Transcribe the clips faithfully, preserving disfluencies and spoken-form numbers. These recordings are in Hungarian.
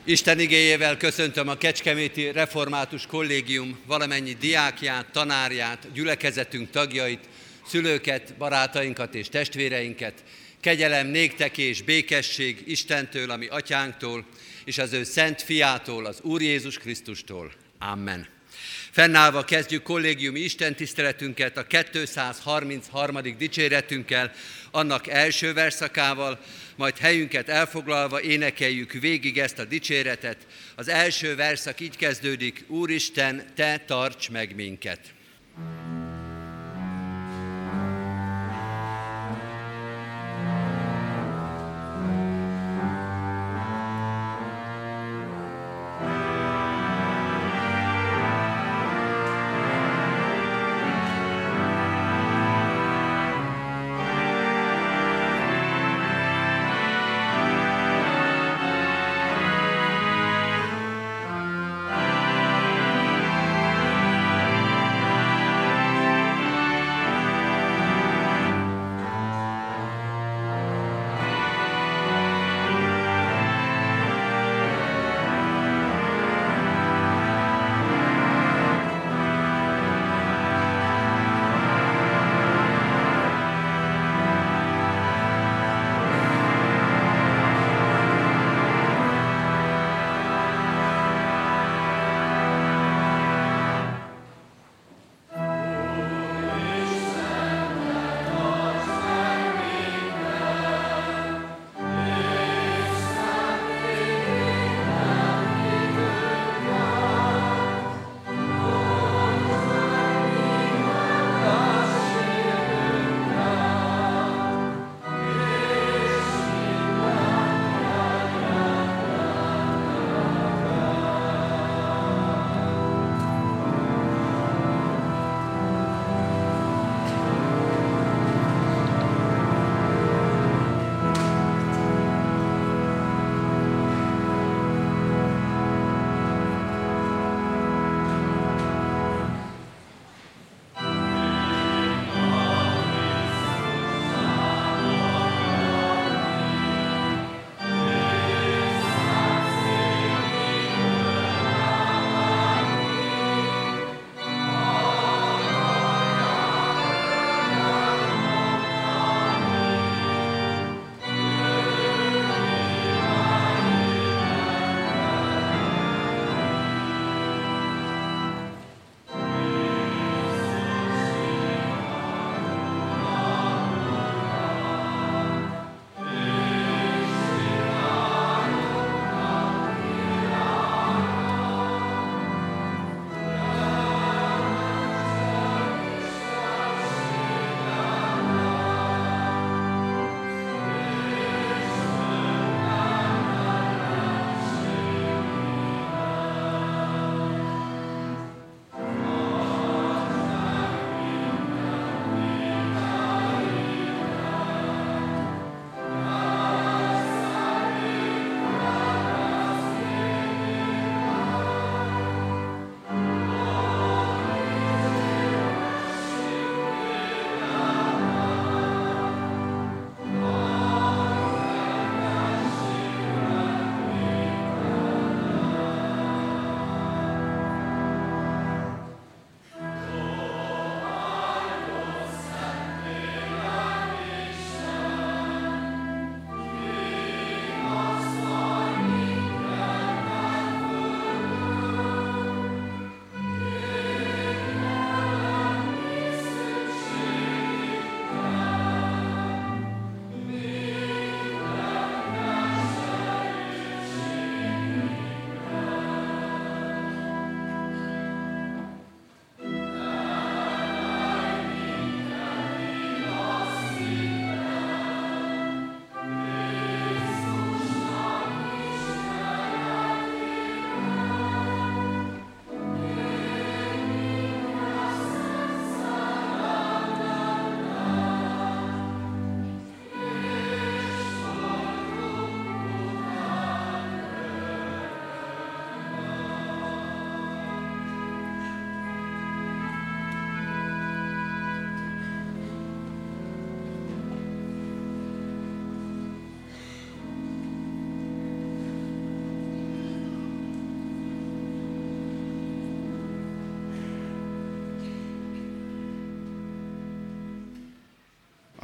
Isten igéjével köszöntöm a Kecskeméti Református Kollégium valamennyi diákját, tanárját, gyülekezetünk tagjait, szülőket, barátainkat és testvéreinket. Kegyelem néktek és békesség Istentől, ami atyánktól, és az ő szent fiától, az Úr Jézus Krisztustól. Amen. Fennállva kezdjük kollégiumi istentiszteletünket a kétszázharmincharmadik dicséretünkkel, annak első verszakával, majd helyünket elfoglalva énekeljük végig ezt a dicséretet. Az első verszak így kezdődik: Úristen, Te tarts meg minket! Amen.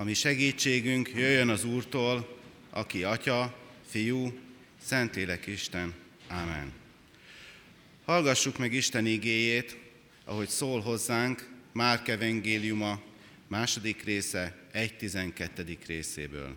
mi segítségünk jöjjön az Úrtól, aki Atya, Fiú, Szentlélek Isten. Ámen. Hallgassuk meg Isten igéjét, ahogy szól hozzánk Márk evangéliuma második része, egy tizenkettedik részéből.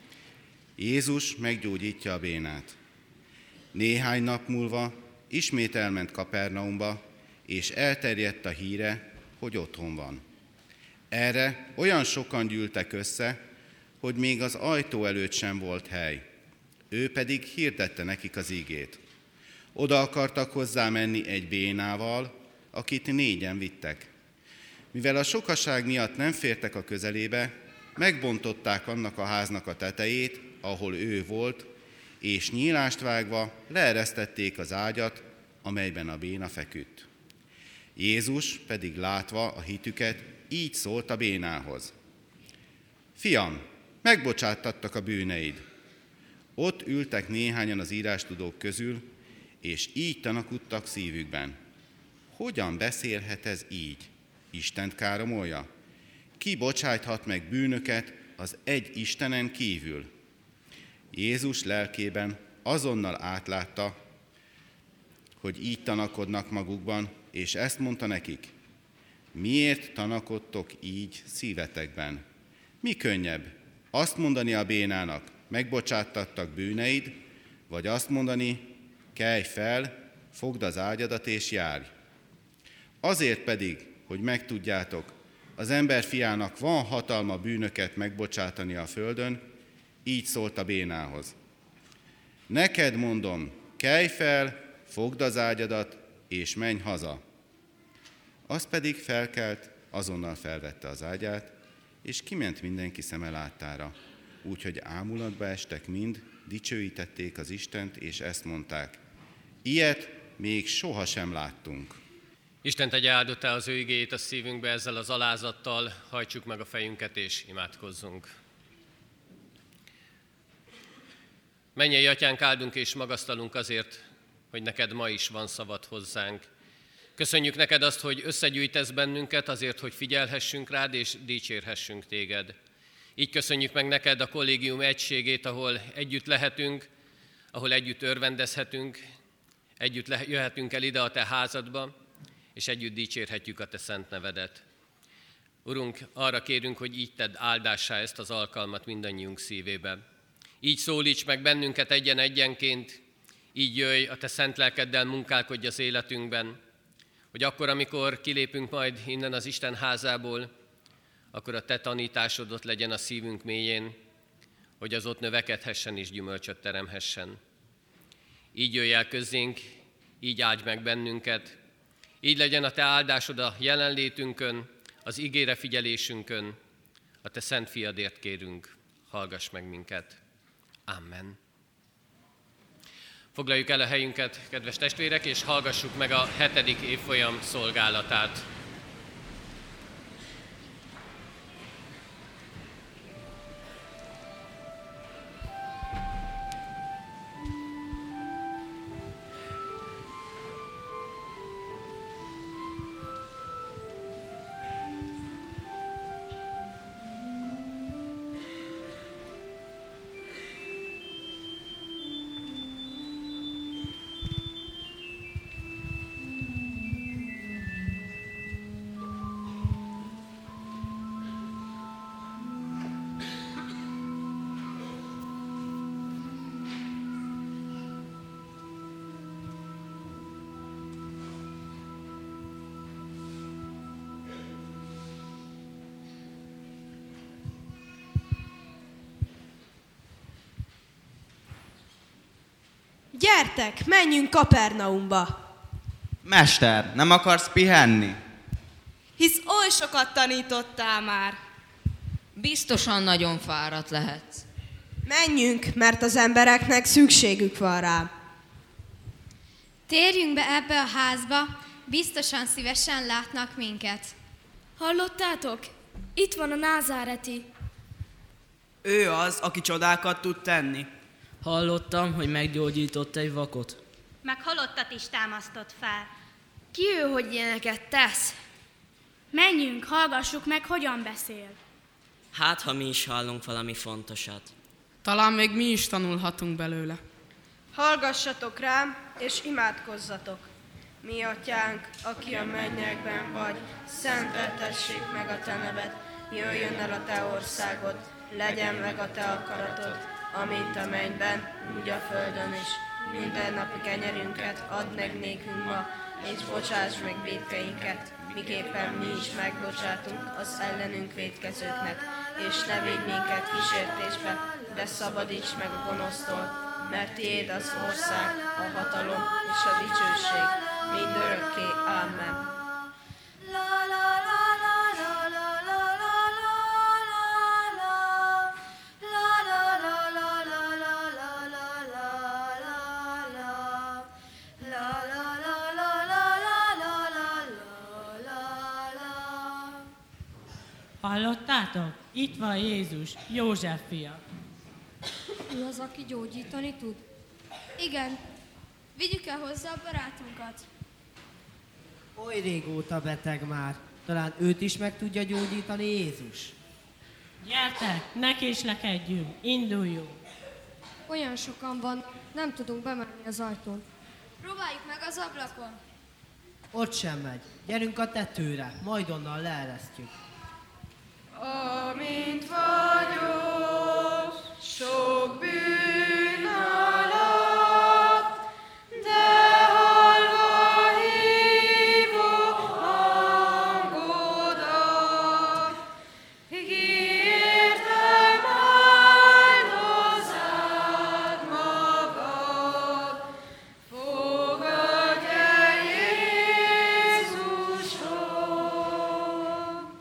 Jézus meggyógyítja a bénát. Néhány nap múlva ismét elment Kapernaumba, és elterjedt a híre, hogy otthon van. Erre olyan sokan gyűltek össze, hogy még az ajtó előtt sem volt hely. Ő pedig hirdette nekik az igét. Oda akartak hozzá menni egy bénával, akit négyen vittek. Mivel a sokaság miatt nem fértek a közelébe, megbontották annak a háznak a tetejét, ahol ő volt, és nyílást vágva leeresztették az ágyat, amelyben a béna feküdt. Jézus pedig látva a hitüket, így szólt a bénához. Fiam, megbocsáttattak a bűneid. Ott ültek néhányan az írástudók közül, és így tanakodtak szívükben. Hogyan beszélhet ez így? Istent káromolja? Ki bocsáthat meg bűnöket az egy Istenen kívül? Jézus lelkében azonnal átlátta, hogy így tanakodnak magukban, és ezt mondta nekik. Miért tanakodtok így szívetekben? Mi könnyebb? Azt mondani a bénának, megbocsáttattak bűneid, vagy azt mondani, kelj fel, fogd az ágyadat és járj. Azért pedig, hogy megtudjátok, az ember fiának van hatalma bűnöket megbocsátani a földön, így szólt a bénához. Neked mondom, kelj fel, fogd az ágyadat, és menj haza. Az pedig felkelt, azonnal felvette az ágyát, és kiment mindenki szeme láttára. Úgyhogy ámulatba estek mind, dicsőítették az Istent, és ezt mondták. Ilyet még sohasem láttunk. Isten tegye áldottá az ő igéjét a szívünkbe, ezzel az alázattal hajtsuk meg a fejünket és imádkozzunk. Mennyei Atyánk, áldunk és magasztalunk azért, hogy neked ma is van szavad hozzánk. Köszönjük neked azt, hogy összegyűjtesz bennünket azért, hogy figyelhessünk rád és dicsérhessünk téged. Így köszönjük meg neked a kollégium egységét, ahol együtt lehetünk, ahol együtt örvendezhetünk, együtt le- jöhetünk el ide a te házadba, és együtt dicsérhetjük a te szent nevedet. Urunk, arra kérünk, hogy így tedd áldássá ezt az alkalmat mindannyiunk szívébe. Így szólíts meg bennünket egyen-egyenként, így jöjj a te szent lelkeddel, munkálkodj az életünkben, hogy akkor, amikor kilépünk majd innen az Isten házából, akkor a te tanításod ott legyen a szívünk mélyén, hogy az ott növekedhessen és gyümölcsöt teremhessen. Így jöjj el közénk, így áldj meg bennünket, így legyen a te áldásod a jelenlétünkön, az igére figyelésünkön, a te szent fiadért kérünk, hallgass meg minket. Amen. Foglaljuk el a helyünket, kedves testvérek, és hallgassuk meg a hetedik évfolyam szolgálatát. Gyertek, menjünk Kapernaumba! Mester, nem akarsz pihenni? Hisz oly sokat tanítottál már. Biztosan nagyon fáradt lehetsz. Menjünk, mert az embereknek szükségük van rá. Térjünk be ebbe a házba, biztosan szívesen látnak minket. Hallottátok? Itt van a názáreti. Ő az, aki csodákat tud tenni. Hallottam, hogy meggyógyított egy vakot. Meg halottat is támasztott fel. Ki ő, hogy ilyeneket tesz? Menjünk, hallgassuk meg, hogyan beszél. Hát, ha mi is hallunk valami fontosat. Talán még mi is tanulhatunk belőle. Hallgassatok rám, és imádkozzatok. Mi atyánk, aki a mennyekben vagy, szenteltessék meg a te neved, jöjjön el a te országod, legyen meg a te akaratod, amint a mennyben, úgy a földön is. Mindennapi kenyerünket add meg nékünk ma, és bocsáss meg vétkeinket, miképpen mi is megbocsátunk az ellenünk vétkezőknek, és ne védj minket kísértésbe, de szabadíts meg a gonosztól, mert tiéd az ország, a hatalom és a dicsőség, mindörökké. Amen. Hallottátok? Itt van Jézus, József fia. Ő az, aki gyógyítani tud? Igen. Vigyük el hozzá a barátunkat. Oly régóta beteg már. Talán őt is meg tudja gyógyítani Jézus. Gyertek, ne késlekedjünk, induljunk. Olyan sokan van, nem tudunk bemenni az ajtón. Próbáljuk meg az ablakon. Ott sem megy. Gyerünk a tetőre, majd onnan leeresztjük. Amint vagyok, sok bűn alatt, de hallva hívó hangodat, kiértem áldozzád magad, fogadj el Jézusom.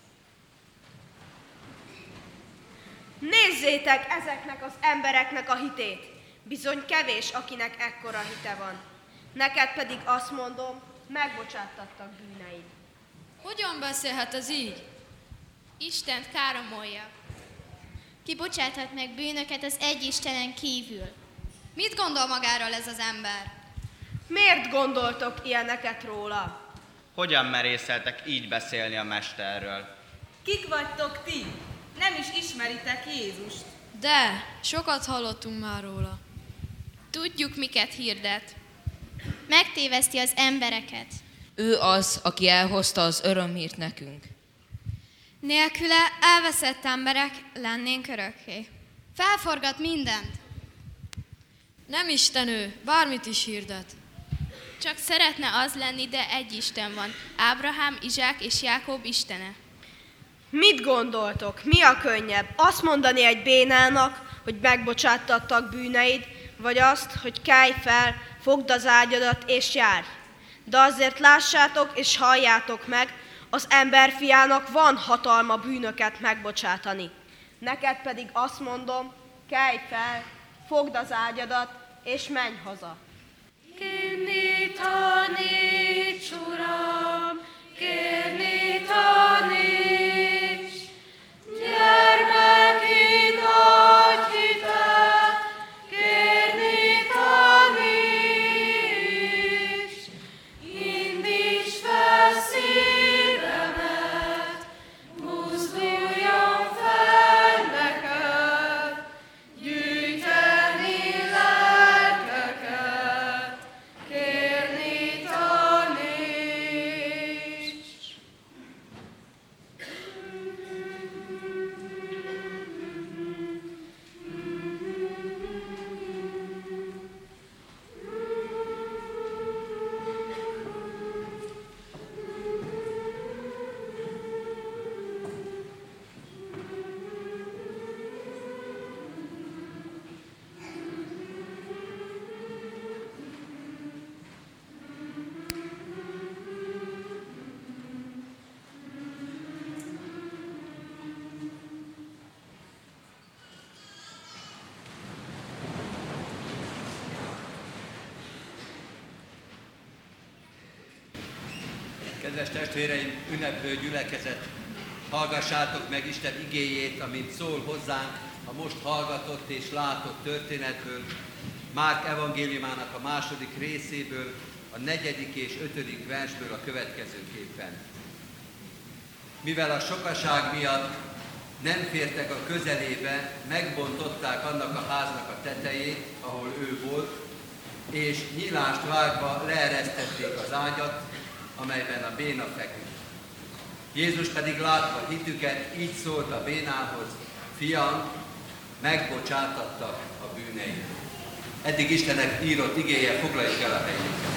Nézzétek ezeknek az embereknek a hitét. Bizony kevés, akinek ekkora hite van. Neked pedig azt mondom, megbocsáttattak bűneid. Hogyan beszélhet ez így? Istent káromolja. Ki bocsáthat meg bűnöket az egy Istenen kívül? Mit gondol magáról ez az ember? Miért gondoltok ilyeneket róla? Hogyan merészeltek így beszélni a mesterről? Kik vagytok ti? Nem is ismeritek Jézust. De, sokat hallottunk már róla. Tudjuk, miket hirdet. Megtéveszti az embereket. Ő az, aki elhozta az örömhírt nekünk. Nélküle elveszett emberek lennénk örökké. Felforgat mindent. Nem Isten ő, bármit is hirdet. Csak szeretne az lenni, de egy Isten van. Ábrahám, Izsák és Jákob Istene. Mit gondoltok? Mi a könnyebb? Azt mondani egy bénának, hogy megbocsáttattak bűneid, vagy azt, hogy kelj fel, fogd az ágyadat és járj. De azért lássátok és halljátok meg, az emberfiának van hatalma bűnöket megbocsátani. Neked pedig azt mondom, kelj fel, fogd az ágyadat és menj haza. Kérni taníts, Uram, kérni taníts, gyermeki nagy hitet, kérni taníts, indíts fel szívemet, mozduljon fel neked, gyűjteni lelkeket, kérni taníts. Kedves testvéreim, ünneplő gyülekezet, hallgassátok meg Isten igéjét, amint szól hozzánk a most hallgatott és látott történetből, Márk evangéliumának a második részéből, a negyedik és ötödik versből a következőképpen. Mivel a sokaság miatt Nem fértek a közelébe, megbontották annak a háznak a tetejét, ahol ő volt, és nyílást vágva leeresztették az ágyat, amelyben a béna feküdt. Jézus pedig látva hitüket, így szólt a bénához: fiam, megbocsátattak a bűneid. Eddig Istennek írott igéje, foglaljuk el a helyét.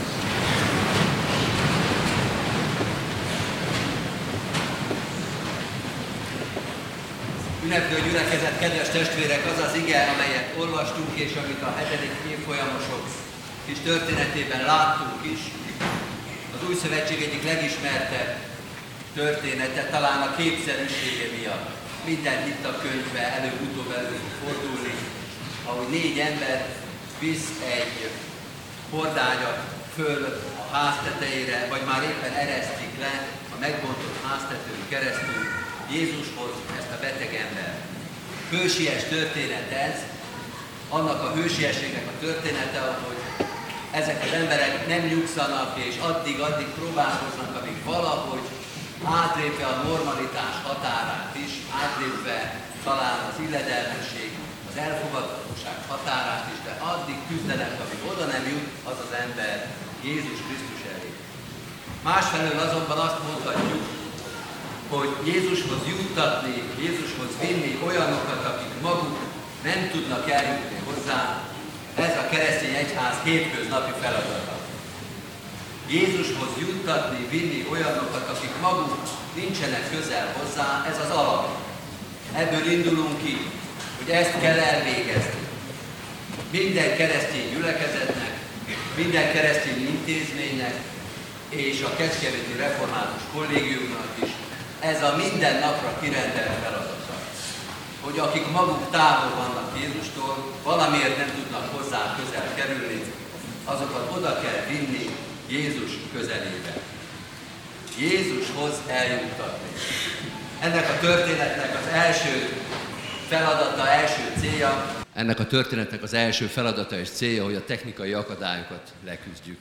Ünneplő gyülekezet, kedves testvérek, az az ige, amelyet olvastunk, és amit a hetedik évfolyamosok kis történetében láttunk is, az Új Szövetség egyik legismertebb története, talán a képszerűsége miatt. Minden itt a könyvbe előbb-utóbb elő fordulni, ahogy négy ember visz egy hordányat föl a ház tetejére, vagy már éppen eresztik le a megbontott háztetőn keresztül Jézushoz ezt a beteg ember. Hősies történet ez, annak a hősiességnek a története, ahogy ezek az emberek nem nyugszanak, és addig-addig próbálkoznak, amíg valahogy átlépve a normalitás határát is, átlépve talán az illedelmesség, az elfogadhatóság határát is, de addig küzdenek, amíg oda nem jut az az ember Jézus Krisztus elé. Másfelől azonban azt mondhatjuk, hogy Jézushoz juttatni, Jézushoz vinni olyanokat, akik maguk nem tudnak eljutni hozzá, ez a keresztény egyház hétköznapi feladata. Jézushoz juttatni, vinni olyanokat, akik maguk nincsenek közel hozzá, ez az alap. Ebből indulunk ki, hogy ezt kell elvégezni. Minden keresztény gyülekezetnek, minden keresztény intézménynek és a Kecskeméti Református Kollégiumnak is ez a minden napra kirendelt feladata. Hogy akik maguk távol vannak Jézustól, valamiért nem tudnak hozzá közel kerülni, azokat oda kell vinni Jézus közelébe. Jézushoz eljuttatni. Ennek a történetnek az első feladata, első célja, ennek a történetnek az első feladata és célja, hogy a technikai akadályokat leküzdjük.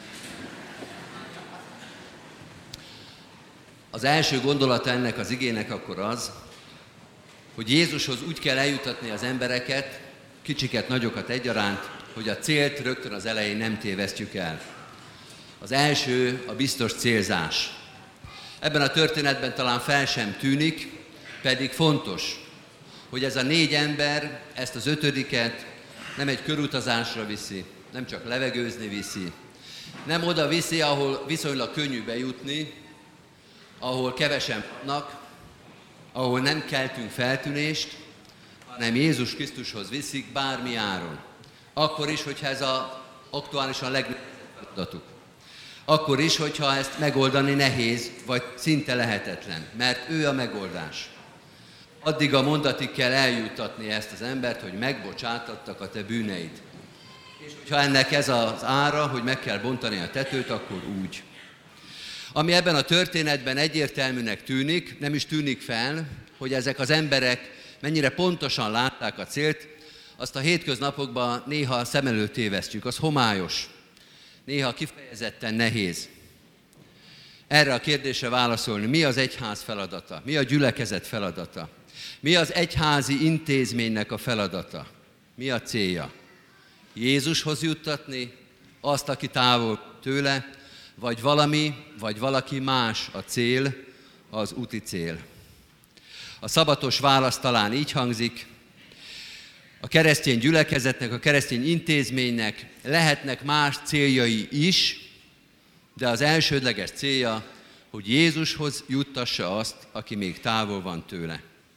Az első gondolata ennek az igének akkor az, hogy Jézushoz úgy kell eljutatni az embereket, kicsiket, nagyokat egyaránt, hogy a célt rögtön az elején nem tévesztjük el. Az első a biztos célzás. Ebben a történetben talán fel sem tűnik, pedig fontos, hogy ez a négy ember ezt az ötödiket nem egy körutazásra viszi, nem csak levegőzni viszi, nem oda viszi, ahol viszonylag könnyű bejutni, ahol kevesen vannak, ahol nem keltünk feltűnést, hanem Jézus Krisztushoz viszik bármi áron. Akkor is, hogyha ez a aktuálisan legnehezebb feladatuk. Akkor is, hogyha ezt megoldani nehéz, vagy szinte lehetetlen, mert ő a megoldás. Addig a mondatig kell eljuttatni ezt az embert, hogy megbocsátattak a te bűneid. És hogyha ennek ez az ára, hogy meg kell bontani a tetőt, akkor úgy. Ami ebben a történetben egyértelműnek tűnik, nem is tűnik fel, hogy ezek az emberek mennyire pontosan látták a célt, azt a hétköznapokban néha szem előtt tévesztjük, az homályos, néha kifejezetten nehéz. Erre a kérdésre válaszolni, mi az egyház feladata, mi a gyülekezet feladata, mi az egyházi intézménynek a feladata, mi a célja? Jézushoz juttatni azt, aki távol tőle, vagy valami, vagy valaki más a cél, az úti cél. A szabatos válasz talán így hangzik: a keresztény gyülekezetnek, a keresztény intézménynek lehetnek más céljai is, de az elsődleges célja, hogy Jézushoz juttassa azt, aki még távol van tőle.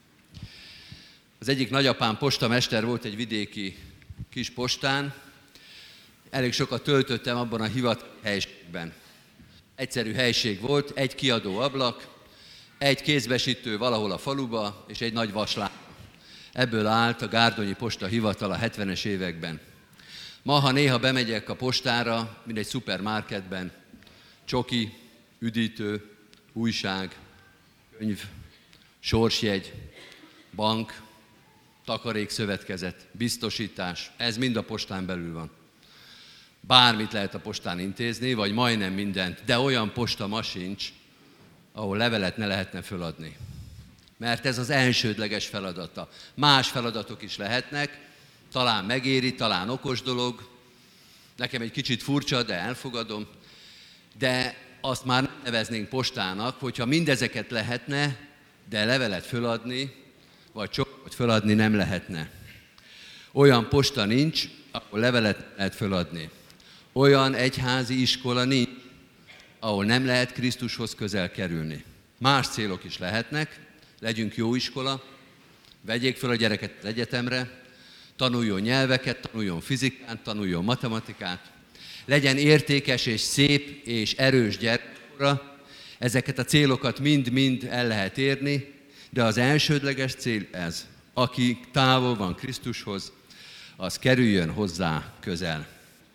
Az egyik nagyapám postamester volt egy vidéki kis postán, elég sokat töltöttem abban a hivat helységben. Egyszerű helység volt, egy kiadó ablak, egy kézbesítő valahol a faluba, és egy nagy vaslámpa. Ebből állt a Gárdonyi Posta hivatal a hetvenes években. Ma, ha néha bemegyek a postára, mint egy szupermarketben, csoki, üdítő, újság, könyv, sorsjegy, bank, takarékszövetkezet, biztosítás, ez mind a postán belül van. Bármit lehet a postán intézni, vagy majdnem mindent, de olyan posta ma sincs, ahol levelet ne lehetne föladni. mert ez az elsődleges feladata. Más feladatok is lehetnek, talán megéri, talán okos dolog, nekem egy kicsit furcsa, de elfogadom, de azt már nem neveznénk postának, hogyha mindezeket lehetne, de levelet föladni, vagy csomagot föladni nem lehetne. Olyan posta nincs, ahol levelet lehet föladni. Olyan egyházi iskola nincs, ahol nem lehet Krisztushoz közel kerülni. Más célok is lehetnek, legyünk jó iskola, vegyék fel a gyereket az egyetemre, tanuljon nyelveket, tanuljon fizikát, tanuljon matematikát, legyen értékes és szép és erős gyerekkora. Ezeket a célokat mind-mind el lehet érni, de az elsődleges cél ez. Aki távol van Krisztushoz, az kerüljön hozzá közel.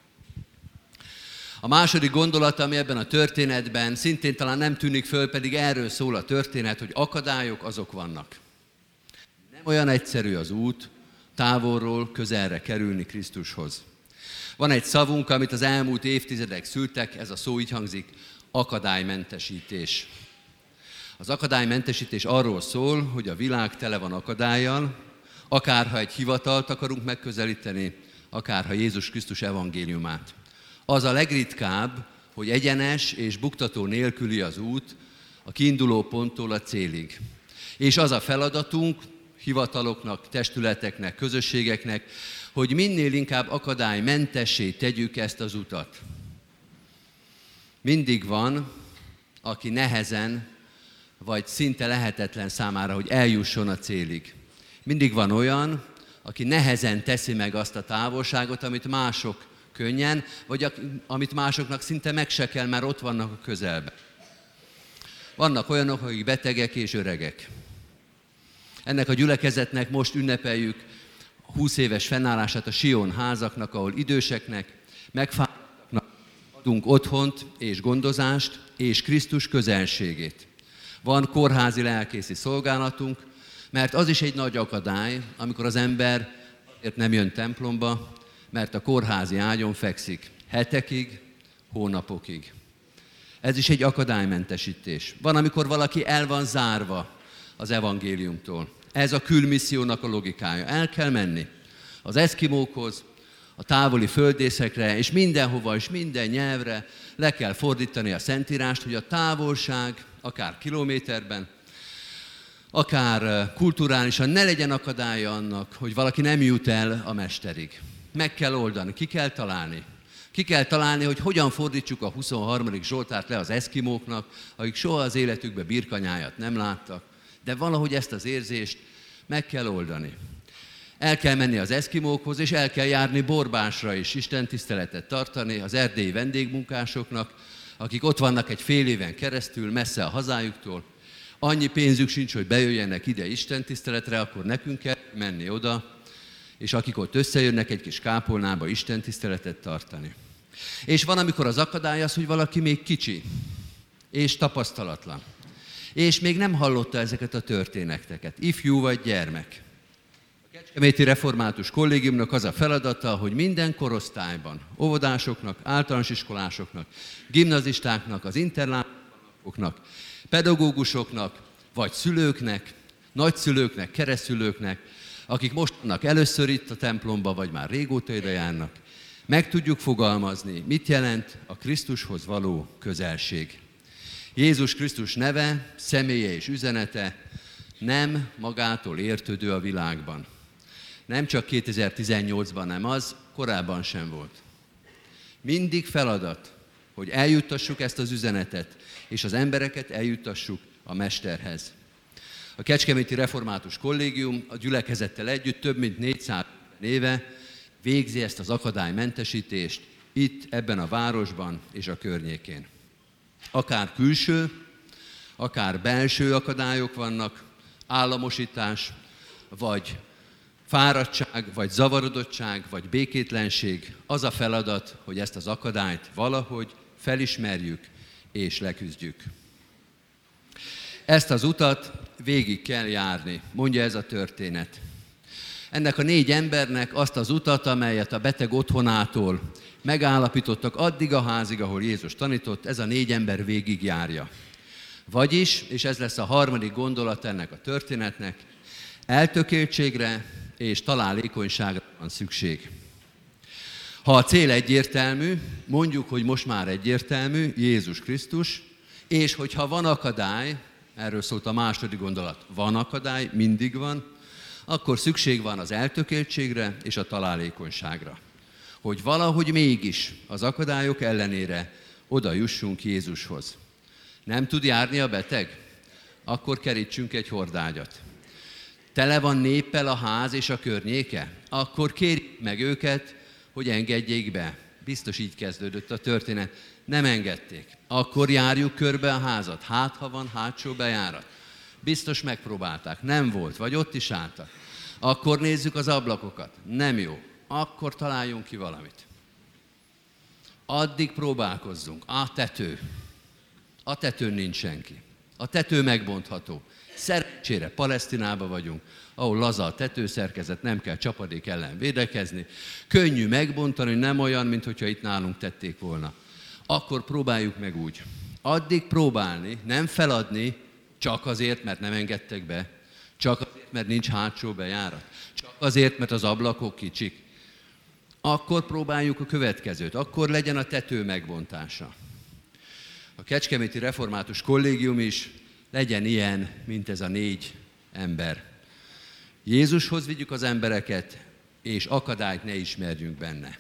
A második gondolat, ami ebben a történetben szintén talán nem tűnik föl, pedig erről szól a történet, hogy akadályok azok vannak. Nem olyan egyszerű az út, távolról közelre kerülni Krisztushoz. Van egy szavunk, amit az elmúlt évtizedek szültek, ez a szó így hangzik, akadálymentesítés. Az akadálymentesítés arról szól, hogy a világ tele van akadályjal, akárha egy hivatalt akarunk megközelíteni, akárha Jézus Krisztus evangéliumát. Az a legritkább, hogy egyenes és buktató nélküli az út a kiinduló ponttól a célig. És az a feladatunk, hivataloknak, testületeknek, közösségeknek, hogy minél inkább akadálymentessé tegyük ezt az utat. Mindig van, aki nehezen, vagy szinte lehetetlen számára, hogy eljusson a célig. Mindig van olyan, aki nehezen teszi meg azt a távolságot, amit mások könnyen, vagy amit másoknak szinte meg se kell, mert ott vannak a közelben. Vannak olyanok, akik betegek és öregek. Ennek a gyülekezetnek most ünnepeljük húsz éves fennállását a Sion házaknak, ahol időseknek, megfáradtaknak adunk otthont és gondozást és Krisztus közelségét. Van kórházi lelkészi szolgálatunk, mert az is egy nagy akadály, amikor az ember azért nem jön templomba, mert a kórházi ágyon fekszik hetekig, hónapokig. Ez is egy akadálymentesítés. Van, amikor valaki el van zárva az evangéliumtól. Ez a külmissziónak a logikája. El kell menni az eszkimókhoz, a távoli földészekre, és mindenhova és minden nyelvre le kell fordítani a Szentírást, hogy a távolság, akár kilométerben, akár kulturálisan ne legyen akadálya annak, hogy valaki nem jut el a mesterig. Meg kell oldani, ki kell találni. Ki kell találni, hogy hogyan fordítsuk a huszonharmadik Zsoltárt le az eszkimóknak, akik soha az életükben birkanyájat nem láttak, de valahogy ezt az érzést meg kell oldani. El kell menni az eszkimókhoz, és el kell járni Borbásra is, istentiszteletet tartani az erdélyi vendégmunkásoknak, akik ott vannak egy fél éven keresztül, messze a hazájuktól. Annyi pénzük sincs, hogy bejöjjenek ide istentiszteletre, akkor nekünk kell menni oda, és akik ott összejönnek egy kis kápolnába istentiszteletet tartani. És van, amikor az akadály az, hogy valaki még kicsi, és tapasztalatlan, és még nem hallotta ezeket a történeteket, ifjú vagy gyermek. A Kecskeméti Református Kollégiumnak az a feladata, hogy minden korosztályban, óvodásoknak, általános iskolásoknak, gimnazistáknak, az internátoknak, pedagógusoknak, vagy szülőknek, nagyszülőknek, keresztülőknek, akik most vannak először itt a templomba, vagy már régóta ide járnak, meg tudjuk fogalmazni, mit jelent a Krisztushoz való közelség. Jézus Krisztus neve, személye és üzenete nem magától értődő a világban. Nem csak kétezer-tizennyolcban nem az, korábban sem volt. Mindig feladat, hogy eljuttassuk ezt az üzenetet, és az embereket eljuttassuk a Mesterhez. A Kecskeméti Református Kollégium a gyülekezettel együtt több mint négyszáz éve végzi ezt az akadálymentesítést itt, ebben a városban és a környékén. Akár külső, akár belső akadályok vannak, államosítás, vagy fáradtság, vagy zavarodottság, vagy békétlenség, az a feladat, hogy ezt az akadályt valahogy felismerjük és leküzdjük. Ezt az utat végig kell járni, mondja ez a történet. Ennek a négy embernek azt az utat, amelyet a beteg otthonától megállapítottak addig a házig, ahol Jézus tanított, ez a négy ember végig járja. Vagyis, és ez lesz a harmadik gondolat ennek a történetnek, eltökéltségre és találékonyságra van szükség. Ha a cél egyértelmű, mondjuk, hogy most már egyértelmű, Jézus Krisztus, és hogyha van akadály, erről szólt a második gondolat, van akadály, mindig van, akkor szükség van az eltökéltségre és a találékonyságra. Hogy valahogy mégis az akadályok ellenére oda jussunk Jézushoz. Nem tud járni a beteg? Akkor kerítsünk egy hordágyat. Tele van néppel a ház és a környéke? Akkor kérjük meg őket, hogy engedjék be. Biztos így kezdődött a történet. Nem engedték. Akkor járjuk körbe a házat. Hát, ha van hátsó bejárat. Biztos megpróbálták. Nem volt, vagy ott is álltak. Akkor nézzük az ablakokat. Nem jó. Akkor találjunk ki valamit. Addig próbálkozzunk. A tető. A tetőn nincs senki. A tető megbontható. Szerencsére Palesztinában vagyunk, ahol laza a tetőszerkezet, nem kell csapadék ellen védekezni. Könnyű megbontani, nem olyan, mint hogyha itt nálunk tették volna. Akkor próbáljuk meg úgy. Addig próbálni, nem feladni, csak azért, mert nem engedtek be. Csak azért, mert nincs hátsó bejárat. Csak azért, mert az ablakok kicsik. Akkor próbáljuk a következőt. Akkor legyen a tető megbontása. A Kecskeméti Református Kollégium is legyen ilyen, mint ez a négy ember. Jézushoz vigyük az embereket, és akadályt ne ismerjünk benne.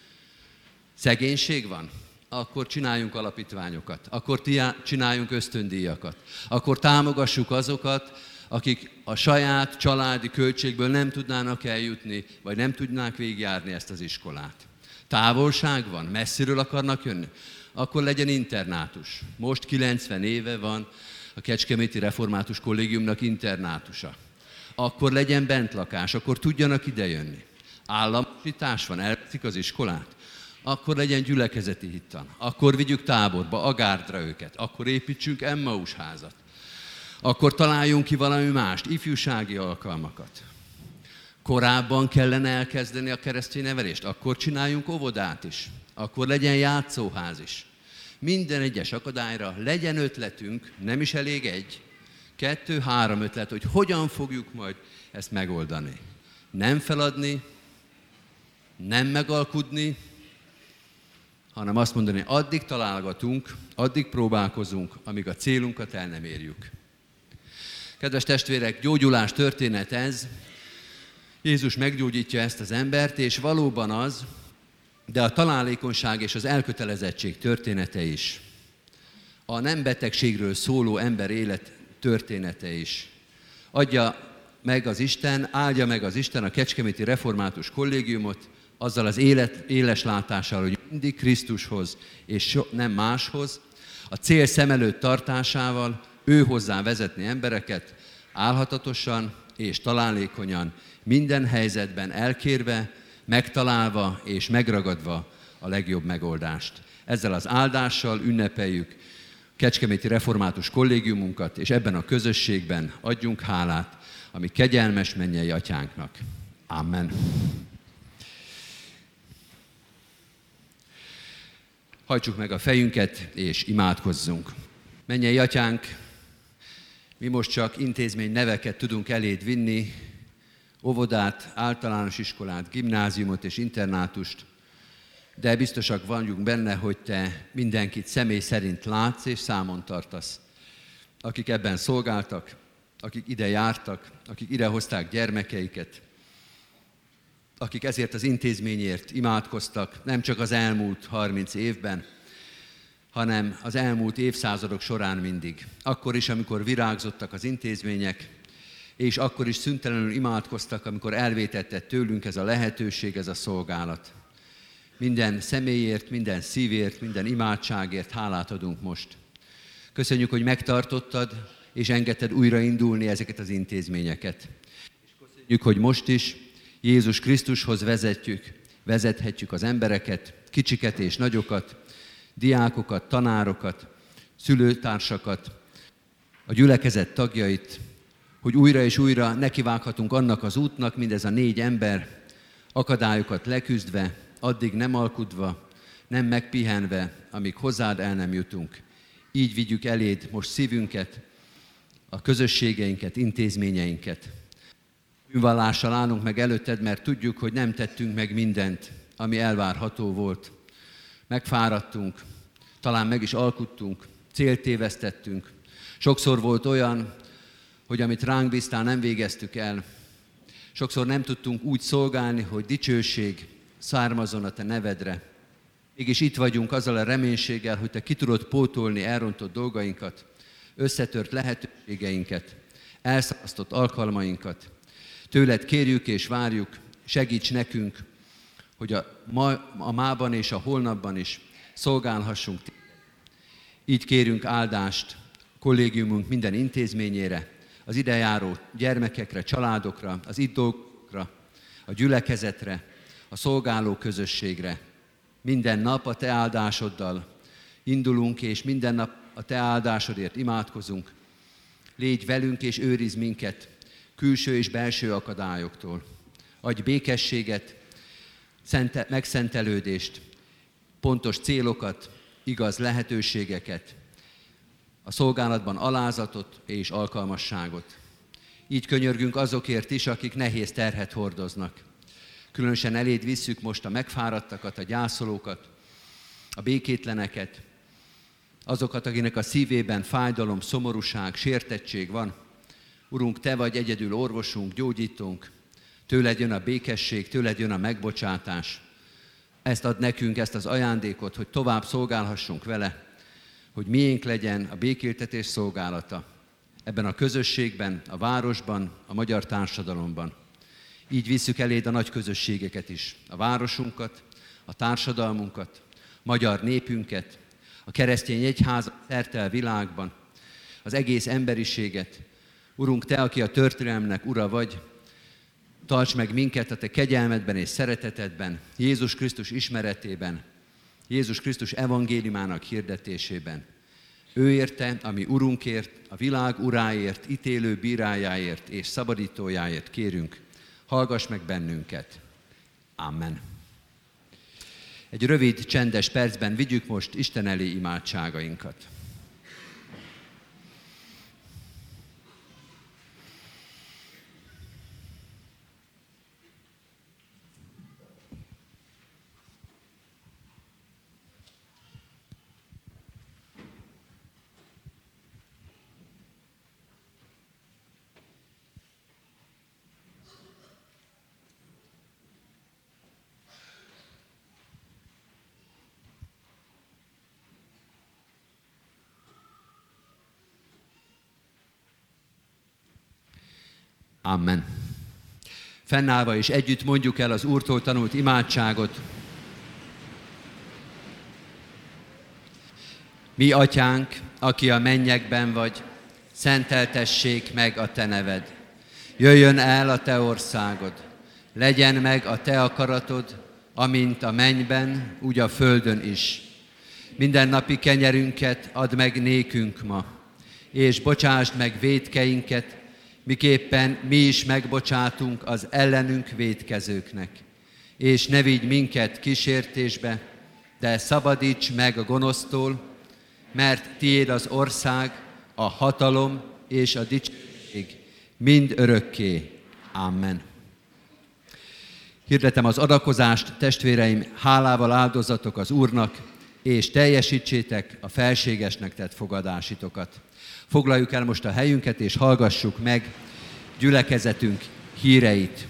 Szegénység van? Akkor csináljunk alapítványokat, akkor csináljunk ösztöndíjakat, akkor támogassuk azokat, akik a saját családi költségből nem tudnának eljutni, vagy nem tudnák végigjárni ezt az iskolát. Távolság van? Messziről akarnak jönni? Akkor legyen internátus. Most kilencven éve van a Kecskeméti Református Kollégiumnak internátusa. Akkor legyen bentlakás, akkor tudjanak idejönni. Államosítás van, elveszik az iskolát. Akkor legyen gyülekezeti hittan. Akkor vigyük táborba, Agárdra őket. Akkor építsünk Emmaus házat. Akkor találjunk ki valami mást, ifjúsági alkalmakat. Korábban kellene elkezdeni a keresztény nevelést, akkor csináljunk óvodát is. Akkor legyen játszóház is. Minden egyes akadályra legyen ötletünk, nem is elég egy, kettő, három ötlet, hogy hogyan fogjuk majd ezt megoldani. Nem feladni, nem megalkudni, hanem azt mondani, addig találgatunk, addig próbálkozunk, amíg a célunkat el nem érjük. Kedves testvérek, gyógyulás történet ez. Jézus meggyógyítja ezt az embert, és valóban az, de a találékonyság és az elkötelezettség története is. A nem betegségről szóló ember élet története is. Adja meg az Isten, áldja meg az Isten a Kecskeméti Református Kollégiumot, azzal az élet, éles látással, hogy mindig Krisztushoz és so, nem máshoz, a cél szem előtt tartásával, ő hozzá vezetni embereket, álhatatosan és találékonyan, minden helyzetben elkérve, megtalálva és megragadva a legjobb megoldást. Ezzel az áldással ünnepeljük Kecskeméti Református Kollégiumunkat, és ebben a közösségben adjunk hálát a mi kegyelmes mennyei atyánknak. Amen. Hajtsuk meg a fejünket, és imádkozzunk. Mennyei atyánk, mi most csak intézmény neveket tudunk eléd vinni, óvodát, általános iskolát, gimnáziumot és internátust, de biztosak vagyunk benne, hogy te mindenkit személy szerint látsz és számon tartasz. Akik ebben szolgáltak, akik ide jártak, akik ide hozták gyermekeiket, akik ezért az intézményért imádkoztak, nem csak az elmúlt harminc évben, hanem az elmúlt évszázadok során mindig. Akkor is, amikor virágzottak az intézmények, és akkor is szüntelenül imádkoztak, amikor elvétette tőlünk ez a lehetőség, ez a szolgálat. Minden személyért, minden szívért, minden imádságért hálát adunk most. Köszönjük, hogy megtartottad, és engedted újraindulni ezeket az intézményeket. És köszönjük, hogy most is Jézus Krisztushoz vezetjük, vezethetjük az embereket, kicsiket és nagyokat, diákokat, tanárokat, szülőtársakat, a gyülekezet tagjait, hogy újra és újra nekivághatunk annak az útnak, mindez a négy ember, akadályokat leküzdve, addig nem alkudva, nem megpihenve, amíg hozzád el nem jutunk. Így vigyük eléd most szívünket, a közösségeinket, intézményeinket. Bűnvallással állunk meg előtted, mert tudjuk, hogy nem tettünk meg mindent, ami elvárható volt. Megfáradtunk, talán meg is alkuttunk, célt tévesztettünk. Sokszor volt olyan, hogy amit ránk bíztál, nem végeztük el. Sokszor nem tudtunk úgy szolgálni, hogy dicsőség származzon a te nevedre. Mégis itt vagyunk azzal a reménységgel, hogy te ki tudod pótolni elrontott dolgainkat, összetört lehetőségeinket, elszalasztott alkalmainkat. Tőled kérjük és várjuk, segíts nekünk, hogy a, ma, a mában és a holnapban is szolgálhassunk. Így kérünk áldást kollégiumunk minden intézményére, az idejáró gyermekekre, családokra, az itt dolgokra, a gyülekezetre, a szolgáló közösségre. Minden nap a te áldásoddal indulunk, és minden nap a te áldásodért imádkozunk. Légy velünk és őrizd minket külső és belső akadályoktól. Adj békességet, szente, megszentelődést, pontos célokat, igaz lehetőségeket, a szolgálatban alázatot és alkalmasságot. Így könyörgünk azokért is, akik nehéz terhet hordoznak. Különösen eléd visszük most a megfáradtakat, a gyászolókat, a békétleneket, azokat, akinek a szívében fájdalom, szomorúság, sértettség van. Urunk, te vagy egyedül orvosunk, gyógyítónk, tőled jön a békesség, tőled jön a megbocsátás. Ezt ad nekünk, ezt az ajándékot, hogy tovább szolgálhassunk vele, hogy miénk legyen a békéltetés szolgálata ebben a közösségben, a városban, a magyar társadalomban. Így visszük eléd a nagy közösségeket is, a városunkat, a társadalmunkat, magyar népünket, a keresztény egyházat szerte a világban, az egész emberiséget. Urunk, te, aki a történelemnek ura vagy, tarts meg minket a te kegyelmedben és szeretetedben, Jézus Krisztus ismeretében, Jézus Krisztus evangéliumának hirdetésében. Ő érte, ami Urunkért, a világ uráért, ítélő bírájáért és szabadítójáért kérünk. Hallgass meg bennünket. Amen. Egy rövid, csendes percben vigyük most Isten elé imádságainkat. Amen. Fennállva és együtt mondjuk el az Úrtól tanult imádságot. Mi atyánk, aki a mennyekben vagy, szenteltessék meg a te neved. Jöjjön el a te országod. Legyen meg a te akaratod, amint a mennyben, úgy a földön is. Minden napi kenyerünket add meg nékünk ma, és bocsásd meg vétkeinket, miképpen mi is megbocsátunk az ellenünk vétkezőknek. És ne vigy minket kísértésbe, de szabadíts meg a gonosztól, mert tiéd az ország, a hatalom és a dicsőség mind örökké. Amen. Hirdetem az adakozást, testvéreim, hálával áldozatok az Úrnak, és teljesítsétek a felségesnek tett fogadásitokat. Foglaljuk el most a helyünket, és hallgassuk meg gyülekezetünk híreit.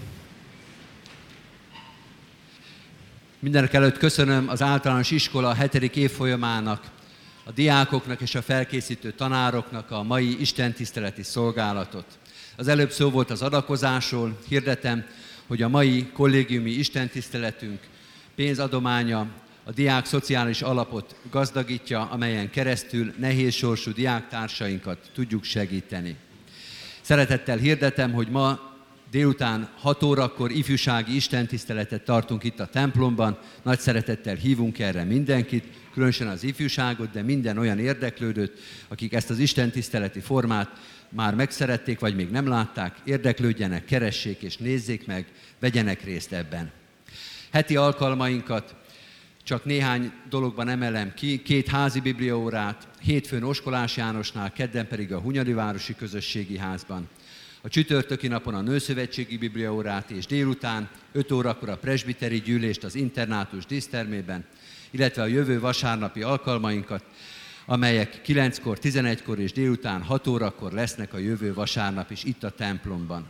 Mindenek előtt köszönöm az általános iskola hetedik évfolyamának, a diákoknak és a felkészítő tanároknak a mai istentiszteleti szolgálatot. Az előbb szó volt az adakozásról, hirdetem, hogy a mai kollégiumi istentiszteletünk pénzadománya a diák szociális alapot gazdagítja, amelyen keresztül nehézsorsú diáktársainkat tudjuk segíteni. Szeretettel hirdetem, hogy ma délután hat órakor ifjúsági istentiszteletet tartunk itt a templomban. Nagy szeretettel hívunk erre mindenkit, különösen az ifjúságot, de minden olyan érdeklődőt, akik ezt az istentiszteleti formát már megszerették, vagy még nem látták, érdeklődjenek, keressék és nézzék meg, vegyenek részt ebben. Heti alkalmainkat Csak néhány dologban emelem ki, két házi bibliaórát, hétfőn Oskolás Jánosnál, kedden pedig a Hunyadi Városi Közösségi Házban. A csütörtöki napon a Nőszövetségi Bibliaórát és délután öt órakor a presbiteri gyűlést az internátus dísztermében, illetve a jövő vasárnapi alkalmainkat, amelyek kilenckor, tizenegykor és délután hat órakor lesznek a jövő vasárnap is itt a templomban.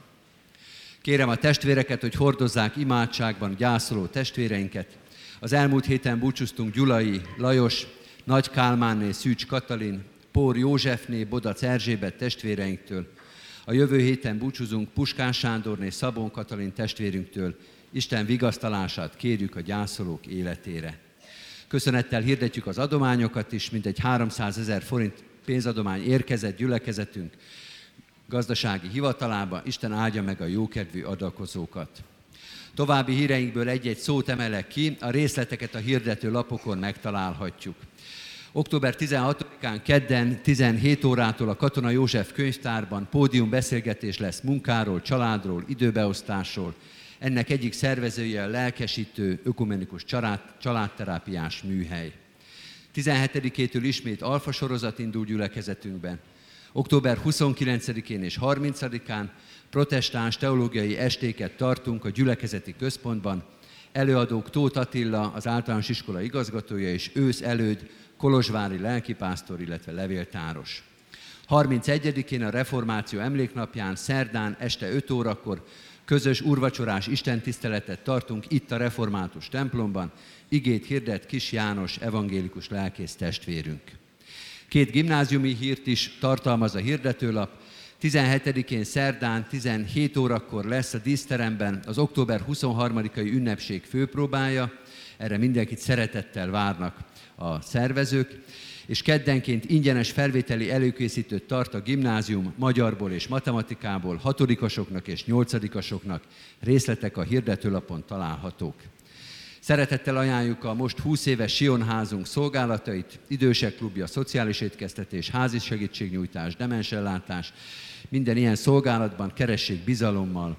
Kérem a testvéreket, hogy hordozzák imádságban gyászoló testvéreinket. Az elmúlt héten búcsúztunk Gyulai Lajos, Nagy Kálmánné, Szűcs Katalin, Pór Józsefné, Bodac Erzsébet testvéreinktől. A jövő héten búcsúzunk Puskás Sándorné, Szabon Katalin testvérünktől. Isten vigasztalását kérjük a gyászolók életére. Köszönettel hirdetjük az adományokat is, mintegy háromszázezer forint pénzadomány érkezett gyülekezetünk gazdasági hivatalába. Isten áldja meg a jókedvű adakozókat. További híreinkből egy-egy szót emelek ki, a részleteket a hirdető lapokon megtalálhatjuk. október tizenhatodikán kedden tizenhét órától a Katona József könyvtárban pódiumbeszélgetés lesz munkáról, családról, időbeosztásról. Ennek egyik szervezője a lelkesítő, ökumenikus család, családterápiás műhely. tizenhetedikétől ismét alfa sorozat indul gyülekezetünkben. október huszonkilencedikén és harmincadikán protestáns teológiai estéket tartunk a gyülekezeti központban. Előadók Tóth Attila, az általános iskola igazgatója, és ősz előd kolozsvári lelkipásztor, illetve levéltáros. harmincegyedikén a Reformáció emléknapján szerdán este öt órakor közös úrvacsorás istentiszteletet tartunk itt a református templomban. Igét hirdet Kis János evangélikus lelkész testvérünk. Két gimnáziumi hírt is tartalmaz a hirdetőlap. tizenhetedikén szerdán tizenhét órakor lesz a díszteremben az október huszonharmadikai ünnepség főpróbája. Erre mindenkit szeretettel várnak a szervezők. És keddenként ingyenes felvételi előkészítőt tart a gimnázium magyarból és matematikából hatodikosoknak és nyolcadikosoknak. Részletek a hirdetőlapon találhatók. Szeretettel ajánljuk a most húsz éves Sionházunk szolgálatait, idősek klubja, szociális étkeztetés, házi segítségnyújtás, demensellátás. Minden ilyen szolgálatban keressék bizalommal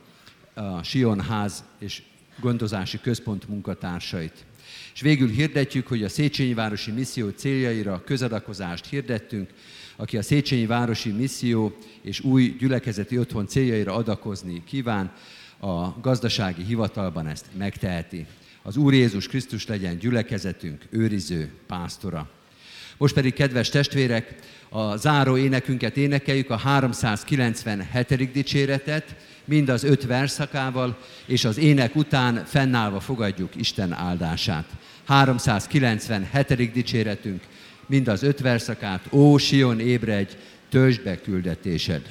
a Sionház és gondozási központ munkatársait. És végül hirdetjük, hogy a Széchenyi Városi Misszió céljaira közadakozást hirdettünk. Aki a Széchenyi Városi Misszió és új gyülekezeti otthon céljaira adakozni kíván, a gazdasági hivatalban ezt megteheti. Az Úr Jézus Krisztus legyen gyülekezetünk őriző pásztora. Most pedig, kedves testvérek, a záró énekünket énekeljük, a háromszázkilencvenhetedik dicséretet, mind az öt versszakával, és az ének után fennállva fogadjuk Isten áldását. háromszázkilencvenhetedik dicséretünk, mind az öt versszakát, ó Sion, ébredj, töltsd be küldetésed.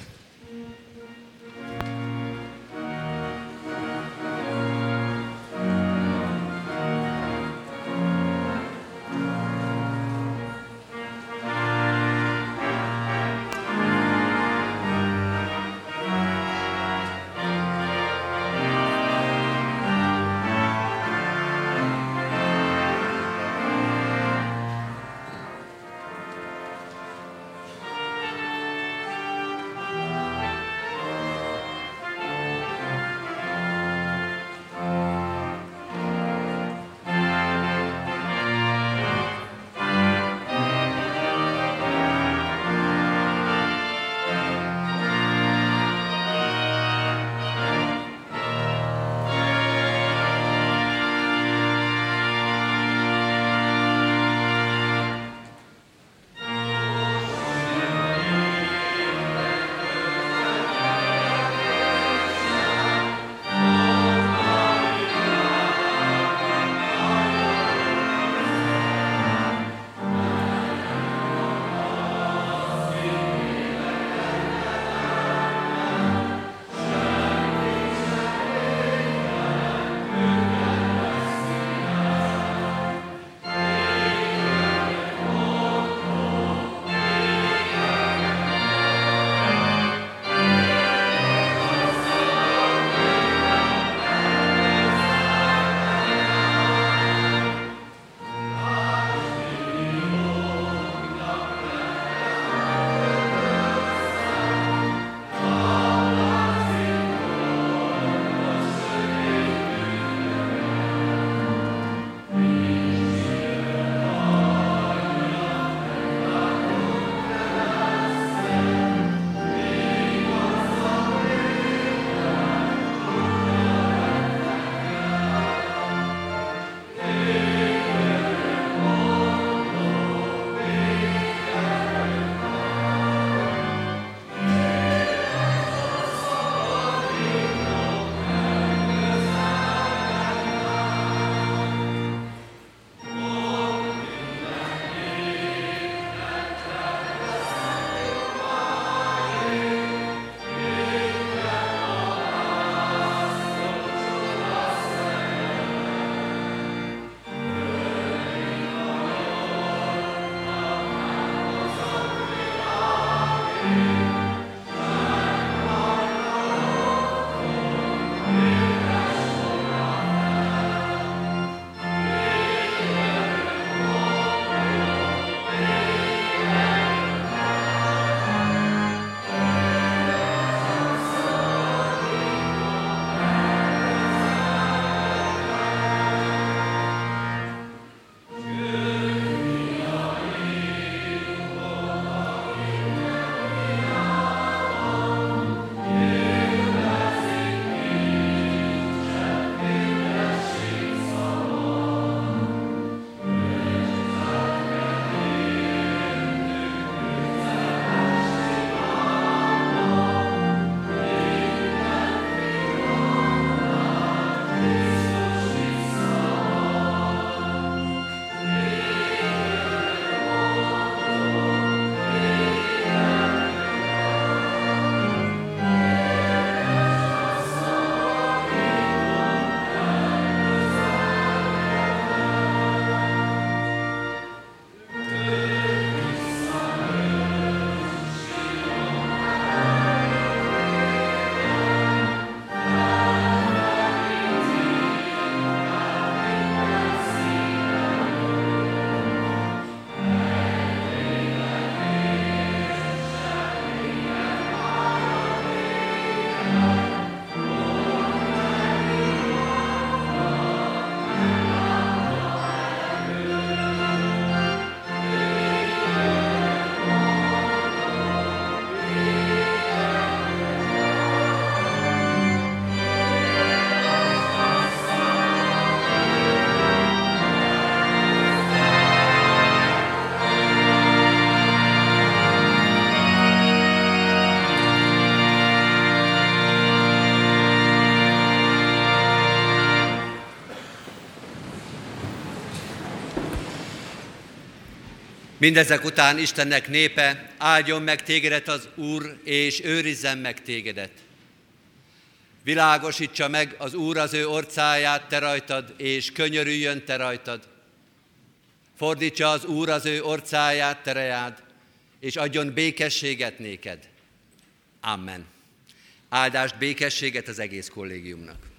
Mindezek után Istennek népe, áldjon meg tégedet az Úr, és őrizzen meg tégedet. Világosítsa meg az Úr az ő orcáját te rajtad, és könyörüljön te rajtad. Fordítsa az Úr az ő orcáját te reád, és adjon békességet néked. Amen. Áldást, békességet az egész kollégiumnak.